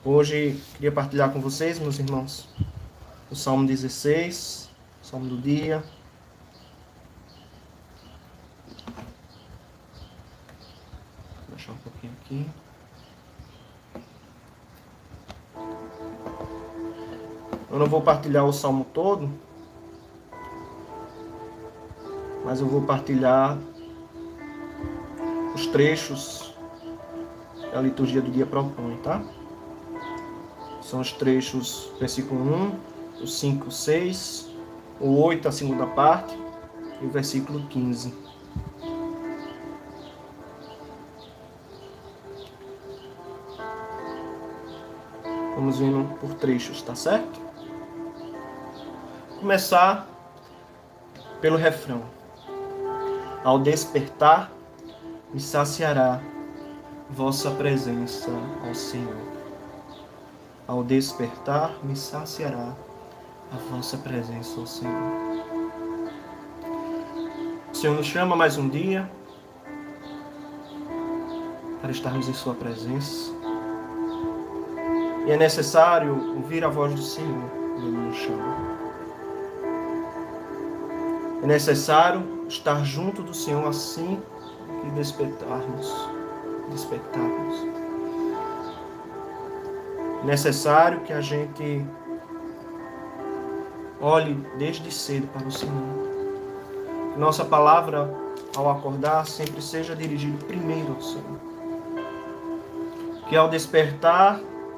Hoje queria partilhar com vocês, meus irmãos, o Salmo 16, Salmo do dia. Vou deixar um pouquinho aqui. Eu não vou partilhar o Salmo todo, mas eu vou partilhar os trechos que a liturgia do dia propõe, tá? São os trechos, versículo 1, o 5, 6, o 8, a segunda parte, e o versículo 15. Vamos vendo por trechos, tá certo? Começar pelo refrão. Ao despertar, me saciará vossa presença, ó Senhor. Ao despertar, me saciará a vossa presença, ó Senhor. O Senhor nos chama mais um dia para estarmos em sua presença. E é necessário ouvir a voz do Senhor quando Ele nos chama. É necessário estar junto do Senhor assim que despertarmos. É necessário que a gente olhe desde cedo para o Senhor. Que nossa palavra, ao acordar, sempre seja dirigida primeiro ao Senhor. Que ao despertar,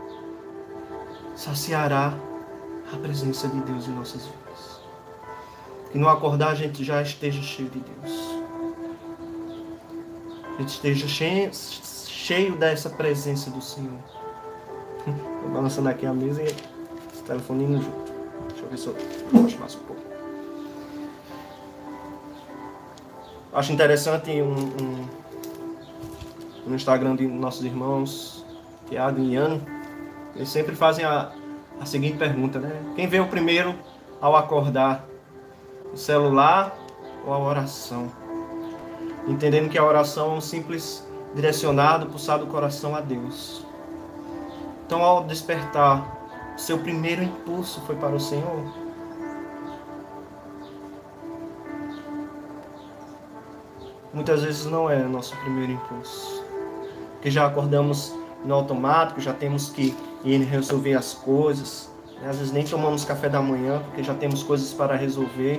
saciará a presença de Deus em nossas vidas. Que no acordar a gente já esteja cheio de Deus. A gente esteja cheio dessa presença do Senhor. Estou balançando aqui a mesa e o telefone indo junto. Deixa eu ver se eu puxo mais um pouco. Acho interessante no Instagram de nossos irmãos, Tiago e Ian, eles sempre fazem a seguinte pergunta, né? Quem veio primeiro ao acordar? O celular ou a oração? Entendendo que a oração é um simples direcionado, pulsar do coração a Deus. Então, ao despertar, seu primeiro impulso foi para o Senhor? Muitas vezes não é nosso primeiro impulso. Porque já acordamos no automático, já temos que ir resolver as coisas. Às vezes nem tomamos café da manhã, porque já temos coisas para resolver.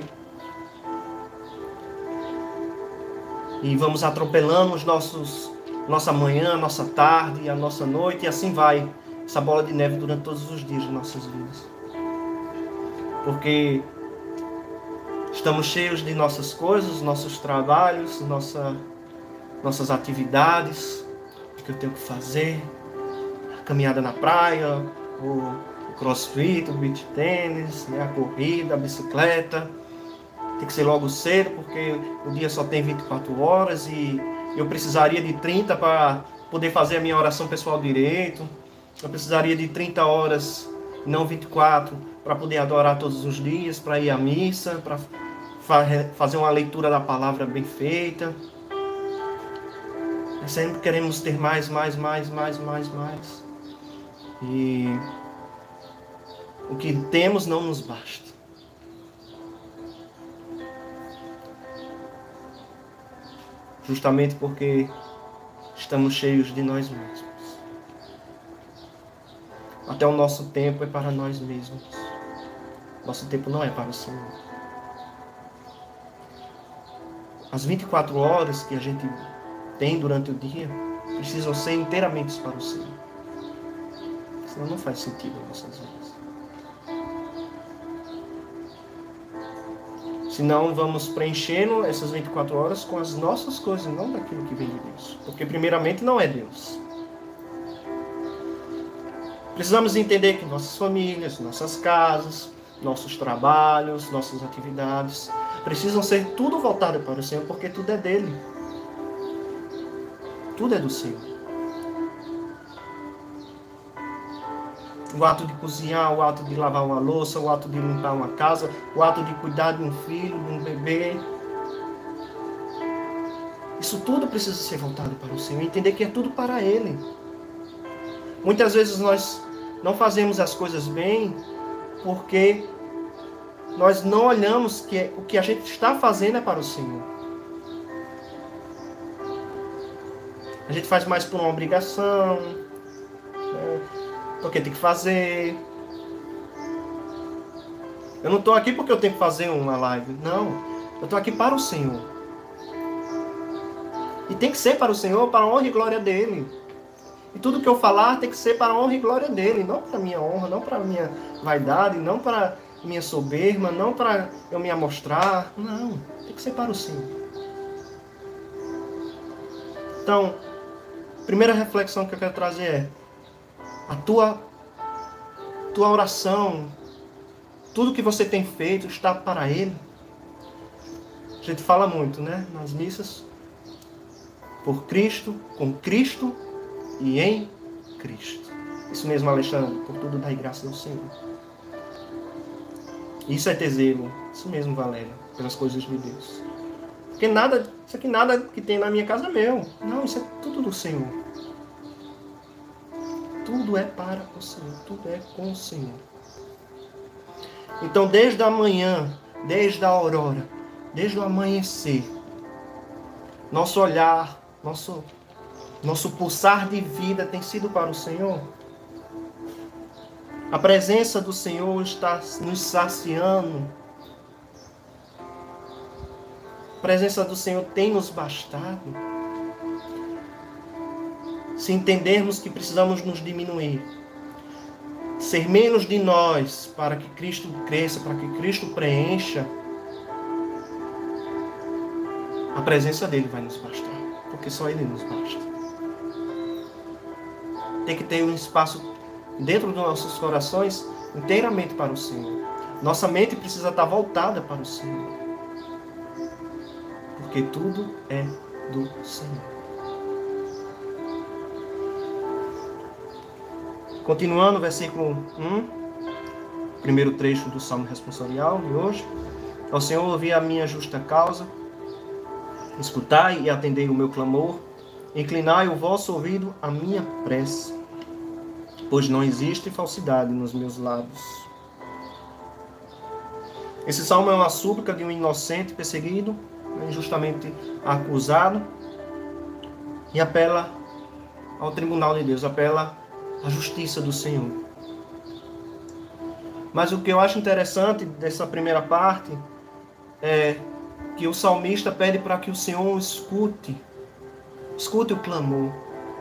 E vamos atropelando nossa manhã, nossa tarde, a nossa noite, e assim vai. Essa bola de neve durante todos os dias de nossas vidas. Porque estamos cheios de nossas coisas, nossos trabalhos, nossas atividades, o que eu tenho que fazer, a caminhada na praia, o crossfit, o beach tênis, né, a corrida, a bicicleta. Tem que ser logo cedo, porque o dia só tem 24 horas e eu precisaria de 30 para poder fazer a minha oração pessoal direito. Eu precisaria de 30 horas, não 24, para poder adorar todos os dias, para ir à missa, para fazer uma leitura da palavra bem feita. Nós sempre queremos ter mais. E o que temos não nos basta. Justamente porque estamos cheios de nós mesmos. Até o nosso tempo é para nós mesmos. Nosso tempo não é para o Senhor. As 24 horas que a gente tem durante o dia precisam ser inteiramente para o Senhor. Senão não faz sentido em nossas vidas. Senão vamos preenchendo essas 24 horas com as nossas coisas, não daquilo que vem de Deus. Porque primeiramente não é Deus. Precisamos entender que nossas famílias, nossas casas, nossos trabalhos, nossas atividades precisam ser tudo voltado para o Senhor, porque tudo é dele. Tudo é do Senhor. O ato de cozinhar, o ato de lavar uma louça, o ato de limpar uma casa, o ato de cuidar de um filho, de um bebê. Isso tudo precisa ser voltado para o Senhor. Entender que é tudo para Ele. Muitas vezes nós não fazemos as coisas bem porque nós não olhamos que o que a gente está fazendo é para o Senhor. A gente faz mais por uma obrigação, né? Porque tem que fazer. Eu não estou aqui porque eu tenho que fazer uma live. Não, eu estou aqui para o Senhor. E tem que ser para o Senhor, para a honra e glória dEle. E tudo que eu falar tem que ser para a honra e glória dEle. Não para a minha honra, não para a minha vaidade, não para a minha soberba, não para eu me amostrar. Não, tem que ser para o Senhor. Então, a primeira reflexão que eu quero trazer é: a tua oração, tudo que você tem feito está para Ele. A gente fala muito, né? Nas missas. Por Cristo, com Cristo e em Cristo. Isso mesmo, Alexandre. Por tudo dai graças ao Senhor. Isso é ter zelo. Isso mesmo, Valéria. Pelas coisas de Deus. Porque isso aqui nada que tem na minha casa é meu. Não, isso é tudo do Senhor. Tudo é para o Senhor. Tudo é com o Senhor. Então, desde a manhã, desde a aurora, desde o amanhecer, nosso olhar, nosso pulsar de vida tem sido para o Senhor. A presença do Senhor está nos saciando. A presença do Senhor tem nos bastado. Se entendermos que precisamos nos diminuir, ser menos de nós para que Cristo cresça, para que Cristo preencha, a presença dele vai nos bastar, porque só ele nos basta. Tem que ter um espaço dentro dos nossos corações inteiramente para o Senhor. Nossa mente precisa estar voltada para o Senhor, porque tudo é do Senhor. Continuando, versículo 1, primeiro trecho do Salmo responsorial de hoje. Ao Senhor ouvi a minha justa causa, escutai e atendei o meu clamor, inclinai o vosso ouvido à minha prece, pois não existe falsidade nos meus lábios. Esse salmo é uma súplica de um inocente perseguido, injustamente acusado, e apela ao tribunal de Deus, apela à justiça do Senhor. Mas o que eu acho interessante dessa primeira parte é que o salmista pede para que o Senhor escute o clamor.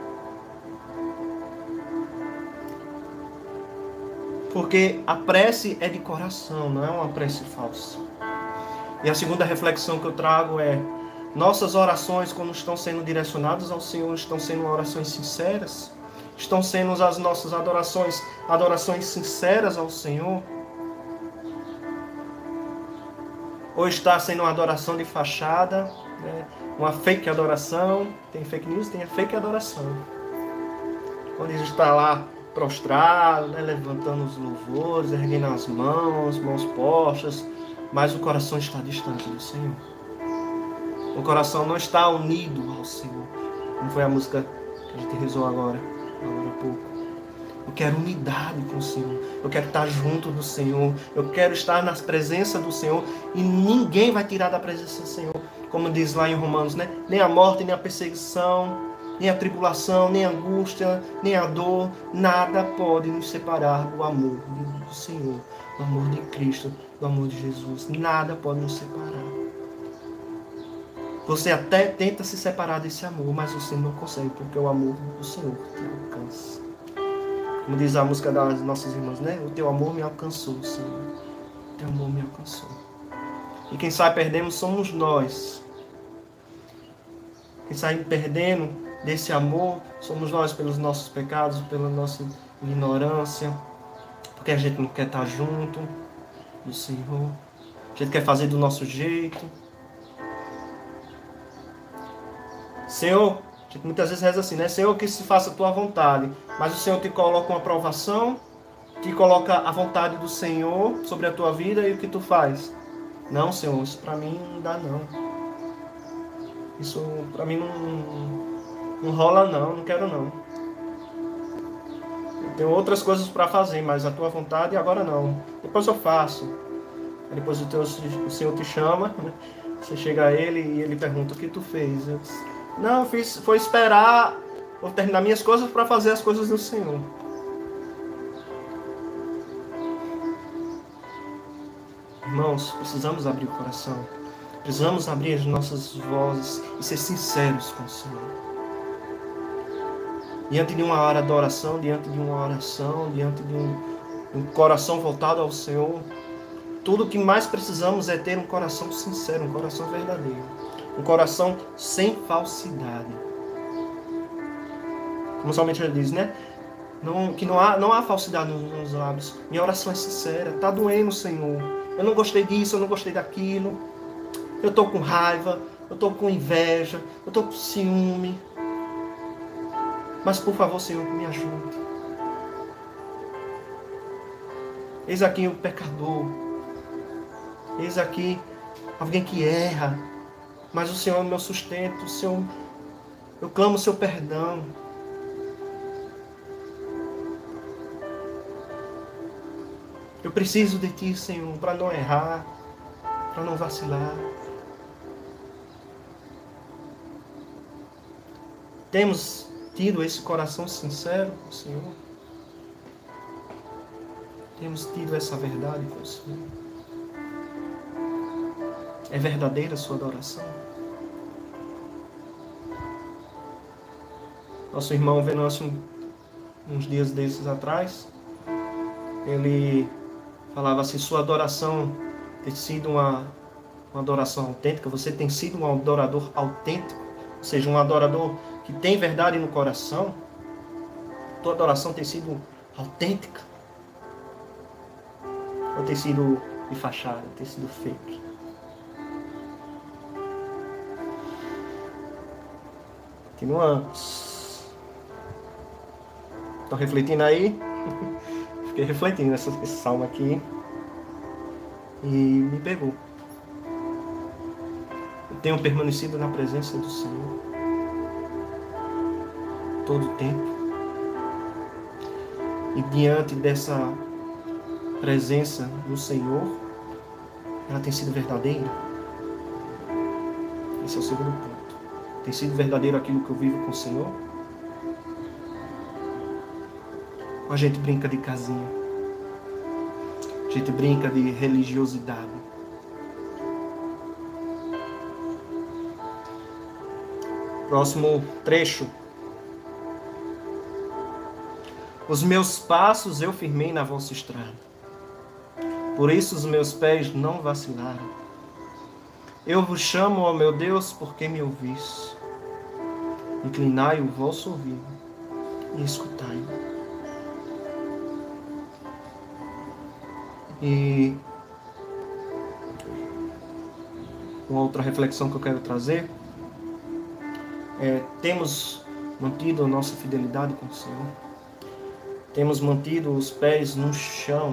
Porque a prece é de coração, não é uma prece falsa. E a segunda reflexão que eu trago é: nossas orações, quando estão sendo direcionadas ao Senhor, estão sendo orações sinceras? Estão sendo as nossas adorações sinceras ao Senhor? Ou está sendo uma adoração de fachada, né? Uma fake adoração? Tem fake news, tem a fake adoração. Quando a gente está lá prostrado, né? Levantando os louvores, erguendo as mãos postas, mas o coração está distante do Senhor. O coração não está unido ao Senhor. Como foi a música que a gente rezou agora há pouco. Eu quero unidade com o Senhor. Eu quero estar junto do Senhor. Eu quero estar na presença do Senhor. E ninguém vai tirar da presença do Senhor. Como diz lá em Romanos, né? Nem a morte, nem a perseguição, nem a tribulação, nem a angústia, nem a dor. Nada pode nos separar do amor do Senhor. Do amor de Cristo, do amor de Jesus. Nada pode nos separar. Você até tenta se separar desse amor, mas você não consegue, porque o amor do Senhor te alcança. Como diz a música das nossas irmãs, né? O teu amor me alcançou, Senhor. O teu amor me alcançou. E quem sai perdendo somos nós. Quem sai perdendo desse amor somos nós, pelos nossos pecados, pela nossa ignorância, porque a gente não quer estar junto do Senhor. A gente quer fazer do nosso jeito. Senhor, a gente muitas vezes reza assim, né? Senhor, que se faça a tua vontade. Mas o Senhor te coloca uma aprovação, te coloca a vontade do Senhor sobre a tua vida, e o que tu faz? Não, Senhor, isso para mim não dá não. Isso para mim não rola não quero não. Tenho outras coisas para fazer, mas a tua vontade agora não. Depois eu faço. Aí depois o Senhor te chama, você chega a Ele e Ele pergunta: o que tu fez? Eu disse: não, foi esperar eu terminar minhas coisas para fazer as coisas do Senhor. Irmãos, precisamos abrir o coração. Precisamos abrir as nossas vozes e ser sinceros com o Senhor. Diante de uma hora de oração, diante de uma oração, diante de um coração voltado ao Senhor, tudo o que mais precisamos é ter um coração sincero, um coração verdadeiro. Um coração sem falsidade. Como somente ele diz, né? Que não há falsidade nos lábios. Minha oração é sincera. Está doendo, Senhor. Eu não gostei disso, eu não gostei daquilo. Eu estou com raiva, eu estou com inveja, eu estou com ciúme. Mas por favor, Senhor, me ajude. Eis aqui o pecador. Eis aqui alguém que erra. Mas o Senhor é o meu sustento. O Senhor, eu clamo o seu perdão. Eu preciso de Ti, Senhor, para não errar, para não vacilar. Temos tido esse coração sincero com o Senhor? Temos tido essa verdade com o Senhor? É verdadeira a sua adoração? Nosso irmão Venâncio, uns dias desses atrás, ele falava assim: sua adoração tem sido uma adoração autêntica, você tem sido um adorador autêntico, ou seja, um adorador que tem verdade no coração. Tua adoração tem sido autêntica? Ou tem sido de fachada, tem sido fake? Continuamos. Estão refletindo aí? Fiquei refletindo nesse salmo aqui e me pegou. Eu tenho permanecido na presença do Senhor todo o tempo, e diante dessa presença do Senhor, ela tem sido verdadeira? Esse é o segundo ponto. Tem sido verdadeiro aquilo que eu vivo com o Senhor? Ou a gente brinca de casinha? A gente brinca de religiosidade? Próximo trecho. Os meus passos eu firmei na vossa estrada. Por isso os meus pés não vacilaram. Eu vos chamo, ó meu Deus, porque me ouvis. Inclinai o vosso ouvido e escutai. E uma outra reflexão que eu quero trazer é: temos mantido a nossa fidelidade com o Senhor? Temos mantido os pés no chão?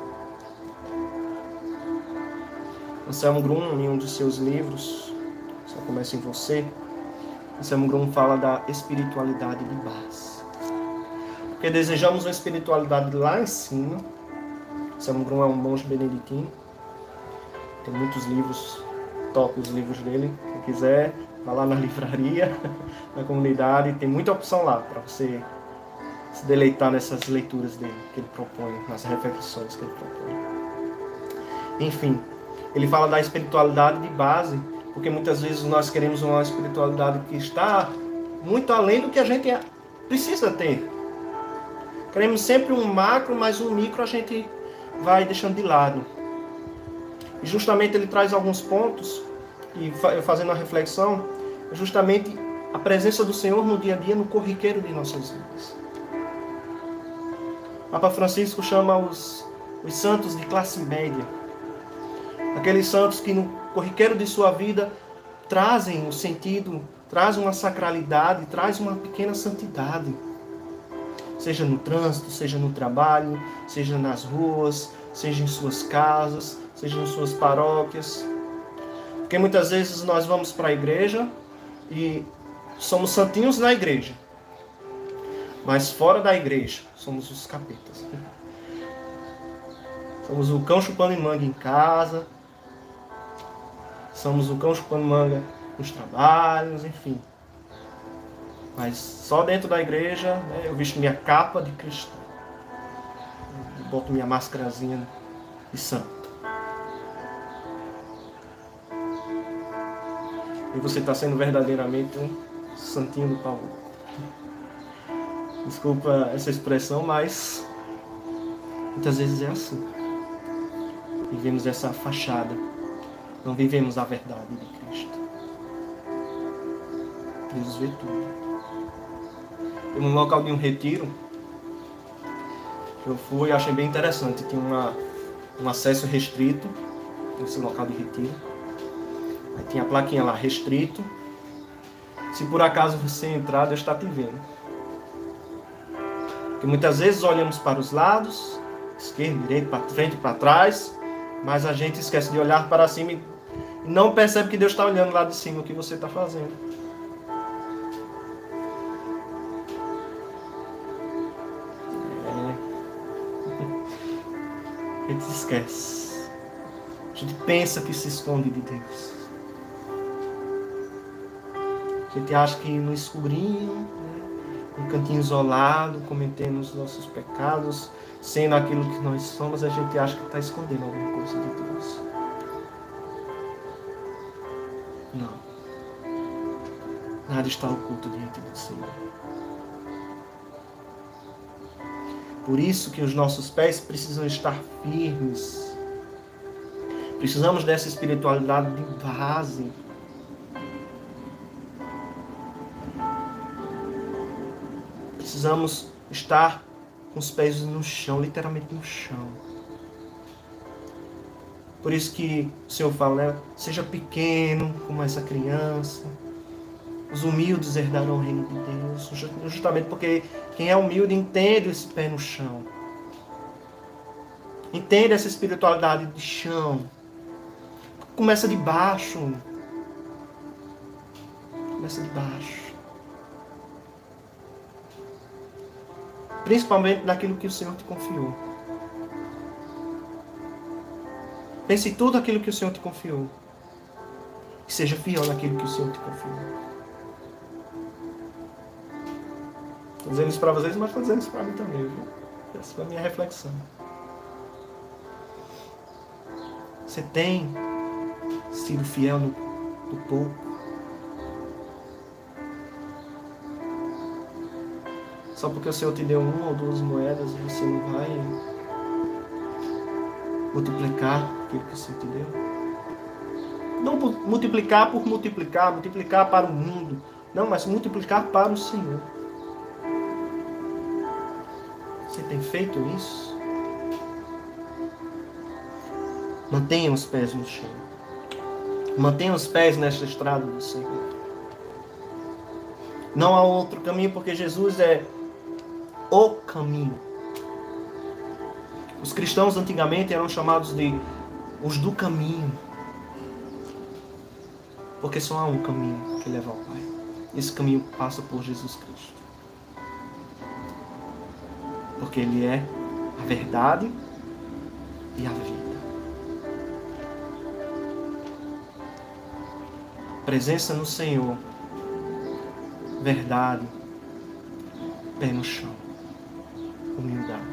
Anselmo Grum, em um dos seus livros, Só Começa em Você, Anselmo Grum fala da espiritualidade de base. Porque desejamos uma espiritualidade lá em cima. Anselmo Grum é um monge beneditino. Tem muitos livros, top os livros dele. Quem quiser, vá lá na livraria, na comunidade. Tem muita opção lá para você se deleitar nessas leituras dele, que ele propõe, nas reflexões que ele propõe. Enfim, ele fala da espiritualidade de base, porque muitas vezes nós queremos uma espiritualidade que está muito além do que a gente precisa ter. Queremos sempre um macro, mas um micro a gente vai deixando de lado. E justamente ele traz alguns pontos, e fazendo a reflexão, justamente a presença do Senhor no dia a dia, no corriqueiro de nossas vidas. Papa Francisco chama os santos de classe média. Aqueles santos que no corriqueiro de sua vida trazem o sentido, trazem uma sacralidade, trazem uma pequena santidade. Seja no trânsito, seja no trabalho, seja nas ruas, seja em suas casas, seja em suas paróquias. Porque muitas vezes nós vamos para a igreja e somos santinhos na igreja. Mas fora da igreja, somos os capetas. Somos o cão chupando manga em casa. Somos o cão chupando manga nos trabalhos, enfim. Mas só dentro da igreja, né, eu visto minha capa de cristão. Eu boto minha máscarazinha de santo. E você está sendo verdadeiramente um santinho do Paulo. Desculpa essa expressão, mas muitas vezes é assim. Vivemos essa fachada. Não vivemos a verdade de Cristo. Deus vê tudo. Eu, no local de um retiro, eu fui e achei bem interessante. Tinha um acesso restrito nesse local de retiro. Aí tinha a plaquinha lá, restrito. Se por acaso você entrar, Deus está te vendo. Porque muitas vezes olhamos para os lados, esquerda, direita, para frente, para trás, mas a gente esquece de olhar para cima e não percebe que Deus está olhando lá de cima o que você está fazendo. A gente esquece. A gente pensa que se esconde de Deus. A gente acha que no escurinho, né, um cantinho isolado, cometendo os nossos pecados, sendo aquilo que nós somos, a gente acha que está escondendo alguma coisa de Deus. Não. Nada está oculto diante do Senhor. Por isso que os nossos pés precisam estar firmes. Precisamos dessa espiritualidade de base. Precisamos estar com os pés no chão, literalmente no chão. Por isso que o Senhor fala, né? Seja pequeno como essa criança. Os humildes herdarão o reino de Deus. Justamente porque quem é humilde entende esse pé no chão. Entende essa espiritualidade de chão. Começa de baixo. Começa de baixo. Principalmente naquilo que o Senhor te confiou. Pense em tudo aquilo que o Senhor te confiou. E seja fiel naquilo que o Senhor te confiou. Estou dizendo isso para vocês, mas estou dizendo isso para mim também, viu? Essa foi a minha reflexão. Você tem sido fiel no pouco? Só porque o Senhor te deu 1 ou 2 moedas, você não vai multiplicar aquilo que o Senhor te deu? Não multiplicar por multiplicar, multiplicar para o mundo. Não, mas multiplicar para o Senhor. Você tem feito isso? Mantenha os pés no chão. Mantenha os pés nesta estrada do Senhor. Não há outro caminho, porque Jesus é o caminho. Os cristãos antigamente eram chamados de os do caminho. Porque só há um caminho que leva ao Pai. Esse caminho passa por Jesus Cristo. Porque Ele é a verdade e a vida. Presença no Senhor. Verdade. Pé no chão. Humildade.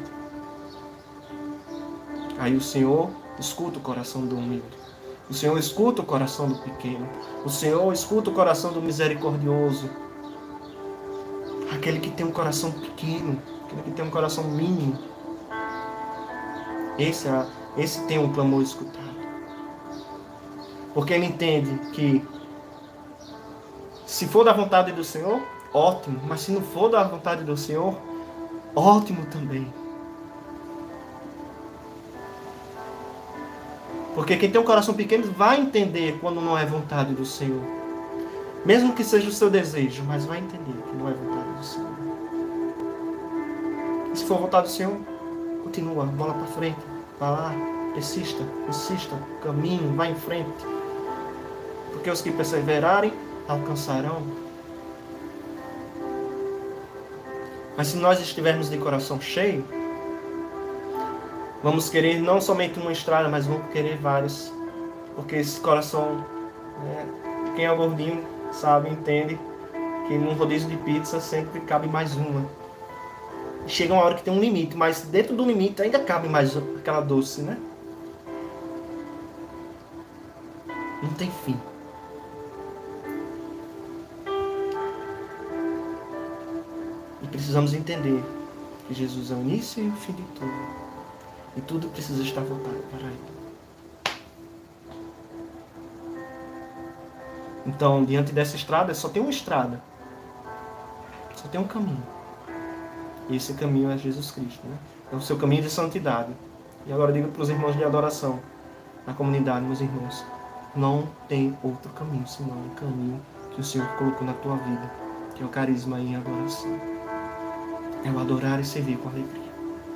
Aí o Senhor escuta o coração do humilde. O Senhor escuta o coração do pequeno. O Senhor escuta o coração do misericordioso. Aquele que tem um coração pequeno. Aquele que tem um coração mínimo. Esse tem um clamor escutado. Porque ele entende que se for da vontade do Senhor, ótimo. Mas se não for da vontade do Senhor, ótimo também. Porque quem tem um coração pequeno vai entender quando não é vontade do Senhor. Mesmo que seja o seu desejo, mas vai entender que não é vontade do Senhor. E se for vontade do Senhor, continua, bola para frente. Vai lá, persista, caminhe, vá em frente. Porque os que perseverarem, alcançarão. Mas se nós estivermos de coração cheio, vamos querer não somente uma estrada, mas vamos querer várias. Porque esse coração, quem é gordinho sabe, entende que num rodízio de pizza sempre cabe mais uma. Chega uma hora que tem um limite, mas dentro do limite ainda cabe mais aquela doce, né? Não tem fim. E precisamos entender que Jesus é o início e o fim de tudo. E tudo precisa estar voltado para Ele. Então, diante dessa estrada, só tem uma estrada. Só tem um caminho. E esse caminho é Jesus Cristo, né? É o seu caminho de santidade. E agora eu digo para os irmãos de adoração, na comunidade, meus irmãos, não tem outro caminho, senão o caminho que o Senhor colocou na tua vida, que é o carisma em adoração. É o adorar e servir com alegria.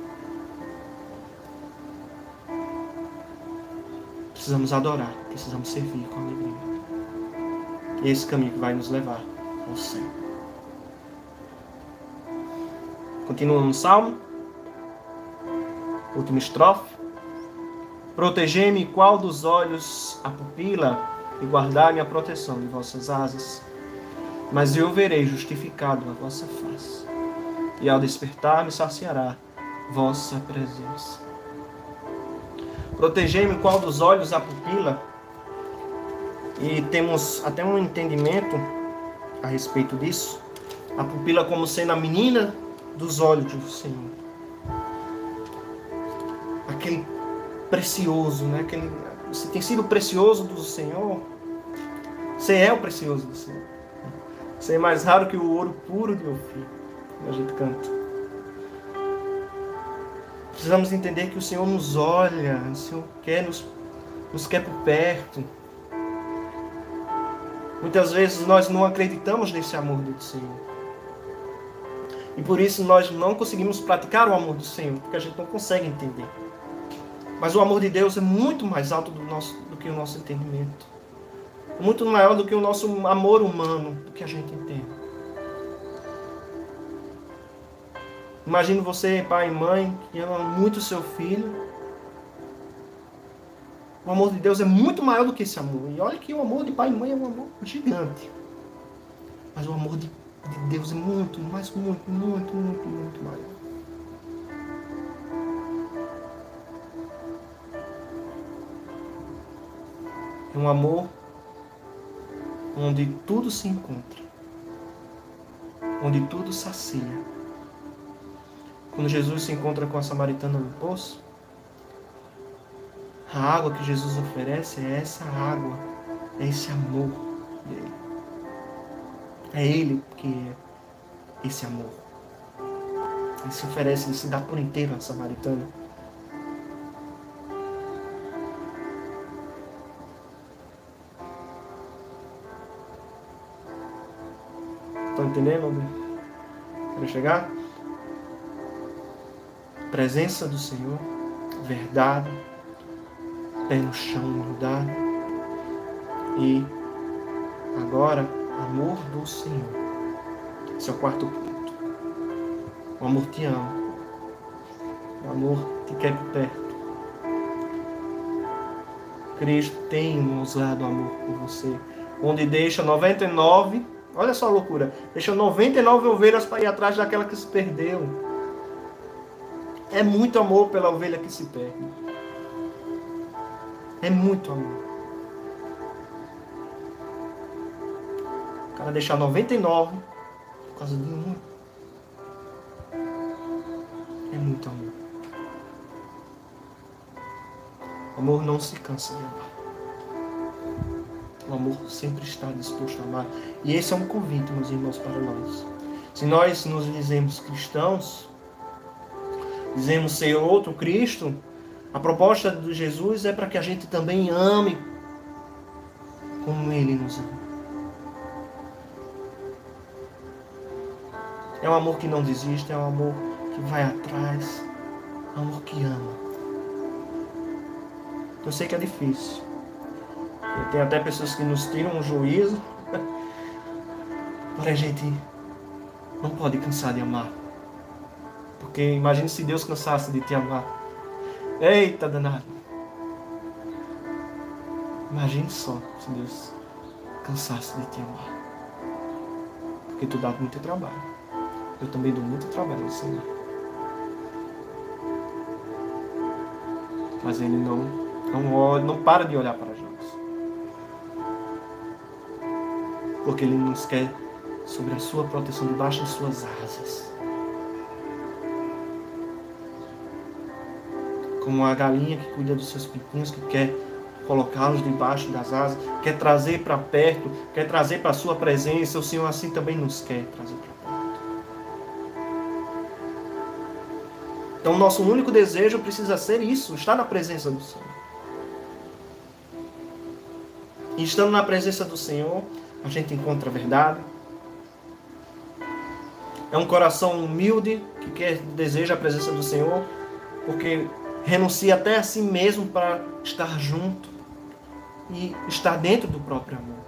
Precisamos adorar, precisamos servir com alegria. E é esse caminho que vai nos levar ao céu. Continuando no Salmo. Última estrofe. Protegei-me qual dos olhos a pupila e guardai-me a proteção de vossas asas. Mas eu verei justificado a vossa face. E ao despertar me saciará vossa presença. Protegei-me qual dos olhos a pupila. E temos até um entendimento a respeito disso. A pupila como sendo a menina dos olhos do Senhor. Aquele precioso, né? Você tem sido precioso do Senhor. Você é o precioso do Senhor. Você é mais raro que o ouro puro de Ofir. A gente canta. Precisamos entender que o Senhor nos olha, o Senhor quer nos quer por perto. Muitas vezes nós não acreditamos nesse amor do Senhor. E por isso nós não conseguimos praticar o amor do Senhor, porque a gente não consegue entender. Mas o amor de Deus é muito mais alto do que o nosso entendimento. Muito maior do que o nosso amor humano, do que a gente entende. Imagine você, pai e mãe, que ama muito o seu filho. O amor de Deus é muito maior do que esse amor. E olha que o amor de pai e mãe é um amor gigante. Mas o amor de Deus é muito, mas muito, muito, muito, muito maior. É um amor onde tudo se encontra. Onde tudo sacia. Quando Jesus se encontra com a samaritana no poço, a água que Jesus oferece é essa água, é esse amor dele. É Ele que é esse amor. Ele se oferece, Ele se dá por inteiro à samaritana. Estão entendendo onde quero chegar? Presença do Senhor, verdade, pé no chão, humildade. E agora, amor do Senhor. Esse é o quarto ponto. O amor te ama. O amor te quer por perto. Cristo tem um ousado amor por você. Onde deixa 99, olha só a loucura, deixa 99 ovelhas para ir atrás daquela que se perdeu. É muito amor pela ovelha que se perde. É muito amor. O cara deixar 99 por causa de uma. É muito amor. O amor não se cansa de amar. O amor sempre está disposto a amar. E esse é um convite, meus irmãos, para nós. Se nós nos dizemos cristãos, dizemos ser outro Cristo, a proposta de Jesus é para que a gente também ame como Ele nos ama. É um amor que não desiste, é um amor que vai atrás, é um amor que ama. Eu sei que é difícil. Tem até pessoas que nos tiram o juízo, porém a gente não pode cansar de amar Porque imagine se Deus cansasse de te amar. Eita danado. Imagine só se Deus cansasse de te amar. Porque tu dá muito trabalho. Eu também dou muito trabalho ao Senhor. Mas Ele não para de olhar para nós. Porque Ele nos quer sobre a sua proteção, debaixo de suas asas. Como a galinha que cuida dos seus pintinhos, que quer colocá-los debaixo das asas, quer trazer para perto, quer trazer para a sua presença. O Senhor assim também nos quer trazer para perto. Então, o nosso único desejo precisa ser isso, estar na presença do Senhor. E estando na presença do Senhor, a gente encontra a verdade. É um coração humilde que deseja a presença do Senhor, porque renuncia até a si mesmo para estar junto e estar dentro do próprio amor.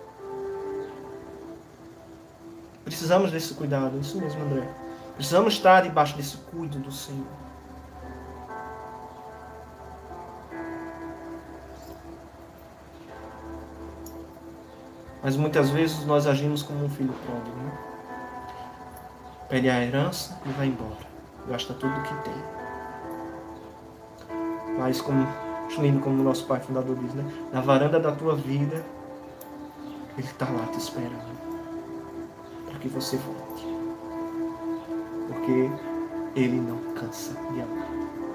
Precisamos desse cuidado, isso mesmo, André. Precisamos estar debaixo desse cuido do Senhor. Mas muitas vezes nós agimos como um filho pródigo, né? Pede a herança e vai embora. Gasta tudo o que tem. Mas lindo como o nosso pai fundador diz, né? Na varanda da tua vida, Ele está lá te esperando. Para que você volte. Porque Ele não cansa de amar.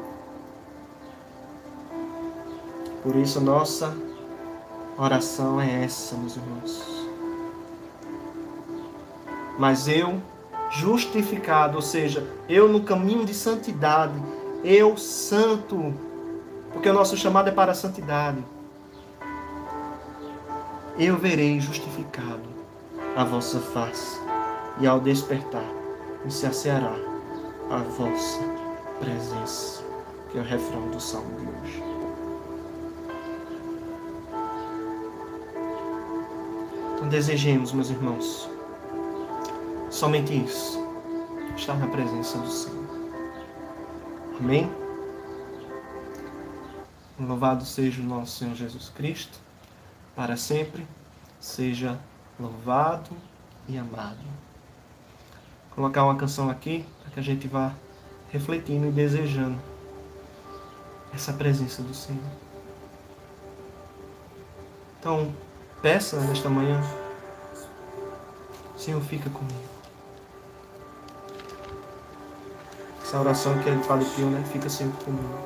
Por isso, nossa oração é essa, meus irmãos. Mas eu, justificado, ou seja, eu no caminho de santidade, eu santo, porque o nosso chamado é para a santidade, eu verei justificado a vossa face, e ao despertar me saciará a vossa presença, que é o refrão do salmo de hoje. Então desejemos, meus irmãos, somente isso, estar na presença do Senhor. Amém? Louvado seja o nosso Senhor Jesus Cristo, para sempre seja louvado e amado. Vou colocar uma canção aqui, para que a gente vá refletindo e desejando essa presença do Senhor. Então, peça nesta manhã, Senhor, fica comigo. Essa oração que ele fala aqui, né? Fica sempre comigo.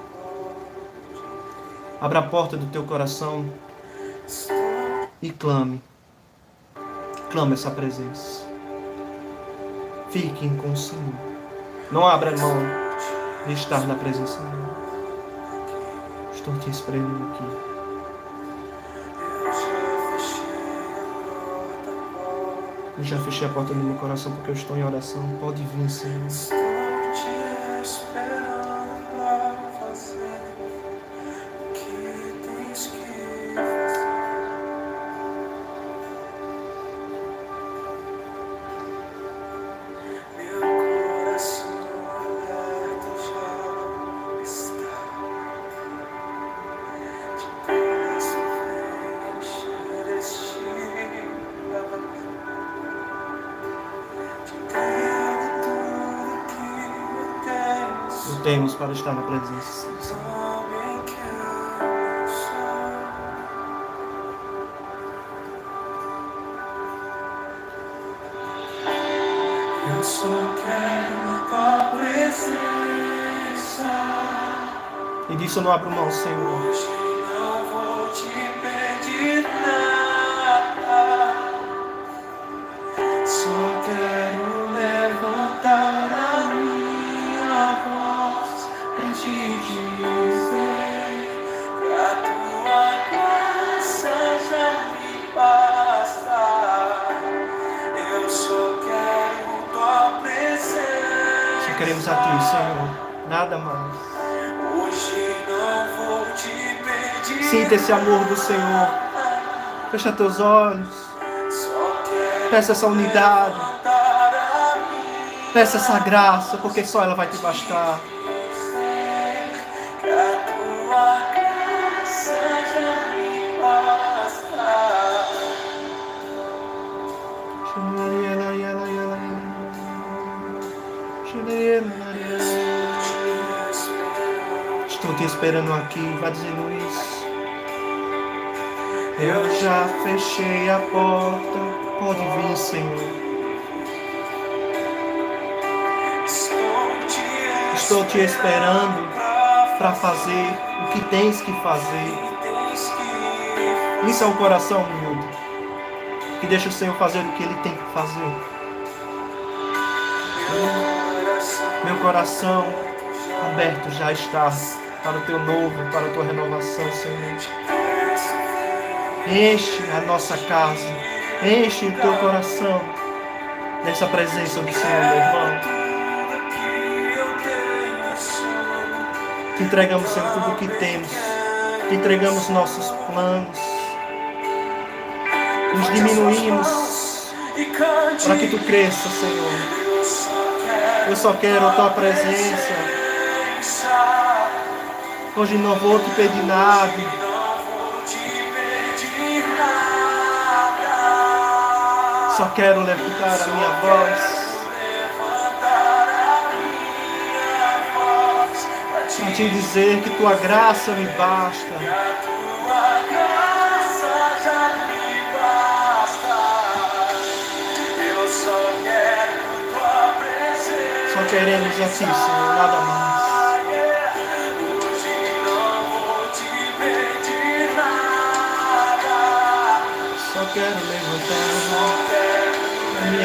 Abra a porta do teu coração e clame. Clame essa presença. Fiquem com o Senhor. Não abra mão de estar na presença dele. Estou te esperando aqui. Eu já fechei a porta do meu coração porque eu estou em oração. Pode vir, Senhor. Estou te esperando para fazer o que tens que fazer. Meu coração alerta já está. Te peço, vem encher este vazio. Lutemos para estar na presença do Senhor. Eu só quero tua presença. E disso eu não abro mão, Senhor. Hoje não vou te pedir nada. Só quero levantar a minha voz pra te dizer que a tua graça já me basta. Eu só quero tua presença. Só queremos a Ti, Senhor. Nada mais. Hoje não vou te pedir. Sinta esse amor do Senhor. Fecha teus olhos. Só quero Peça essa unidade. levantar a Peça essa graça, porque só ela vai te bastar. Que a tua graça já me basta. Estou te esperando aqui, vai dizendo isso. Eu já fechei a porta, pode vir, Senhor. Estou te esperando para fazer o que tens que fazer. Isso é um coração humilde, que deixa o Senhor fazer o que Ele tem que fazer. Meu coração aberto já está para o Teu novo, para a Tua renovação, Senhor. Enche a nossa casa, enche o Teu coração dessa presença do Senhor, meu irmão. Te entregamos, Senhor, tudo o que temos. Te entregamos nossos planos. Nos diminuímos para que Tu cresça, Senhor. Eu só quero a Tua presença. Hoje não vou te pedir nada. Só quero levantar a minha voz para te dizer que Tua graça me basta. Só queremos a Ti, Senhor, nada mais. Só quero levantar a minha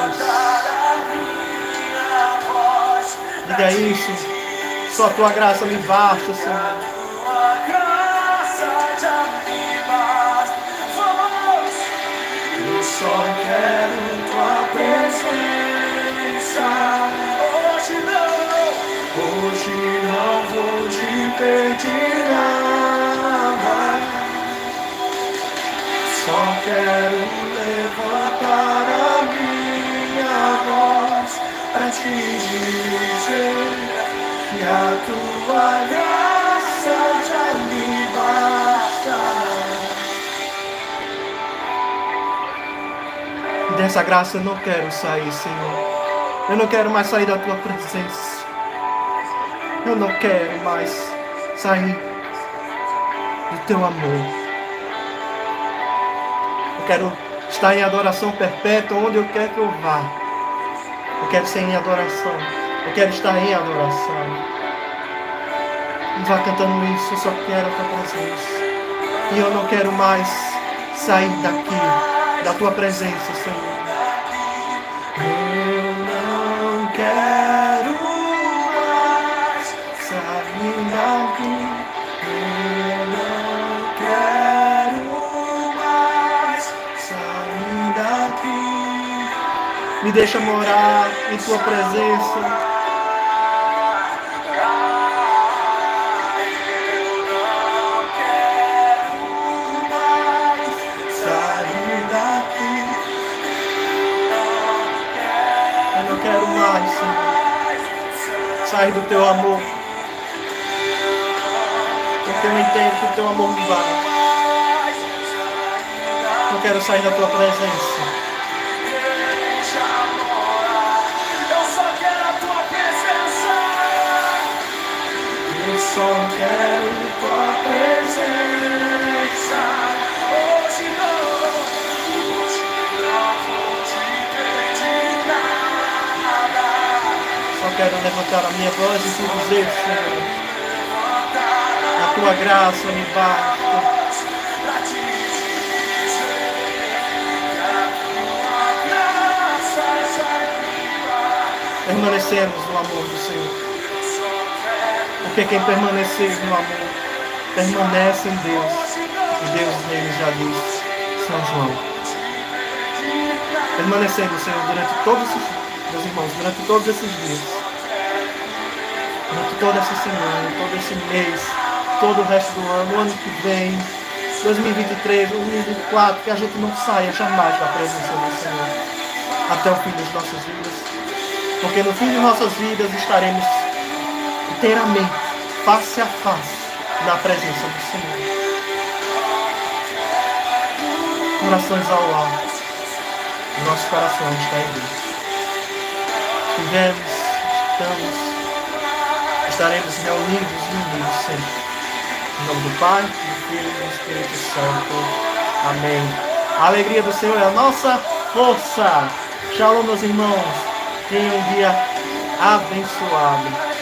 voz. Diga isso. Só a Tua graça me basta, Senhor. Eu só quero Tua presença. Hoje não vou te pedir nada. Só quero levantar a minha voz para te dizer que a Tua graça já me basta. E dessa graça eu não quero sair, Senhor. Eu não quero mais sair da Tua presença. Eu não quero mais sair do Teu amor. Eu quero estar em adoração perpétua onde eu quero que eu vá. Eu quero ser em adoração. Eu quero estar em adoração. E vá cantando isso, eu só quero a Tua presença. E eu não quero mais sair daqui, da Tua presença, Senhor. Eu não quero mais sair daqui. Eu não quero mais sair daqui. Me deixa morar em Tua presença. Sair do Teu amor, porque eu entendo que o Teu amor me basta. Eu quero sair da Tua presença. Eu só quero a Tua presença. Eu só quero Tua presença. Hoje não vou te pedir nada. Só quero levantar a minha voz e te dizer, Senhor, a Tua graça me basta. Permanecemos no amor do Senhor. Porque quem permanecer no amor, permanece em Deus. E Deus nele já disse, São João. Permanecendo, Senhor, durante todos esses meus irmãos, durante todos esses dias, durante toda essa semana, todo esse mês, todo o resto do ano, o ano que vem, 2023, 2024, que a gente não saia jamais da presença do Senhor, até o fim das nossas vidas. Porque no fim de nossas vidas estaremos inteiramente, face a face, na presença do Senhor. Corações ao alto, nosso coração está em Deus. Estivemos, estamos, estaremos reunidos e unidos sempre. Em nome do Pai, do Filho e do Espírito Santo. Amém. A alegria do Senhor é a nossa força. Shalom, meus irmãos. Tenham um dia abençoado.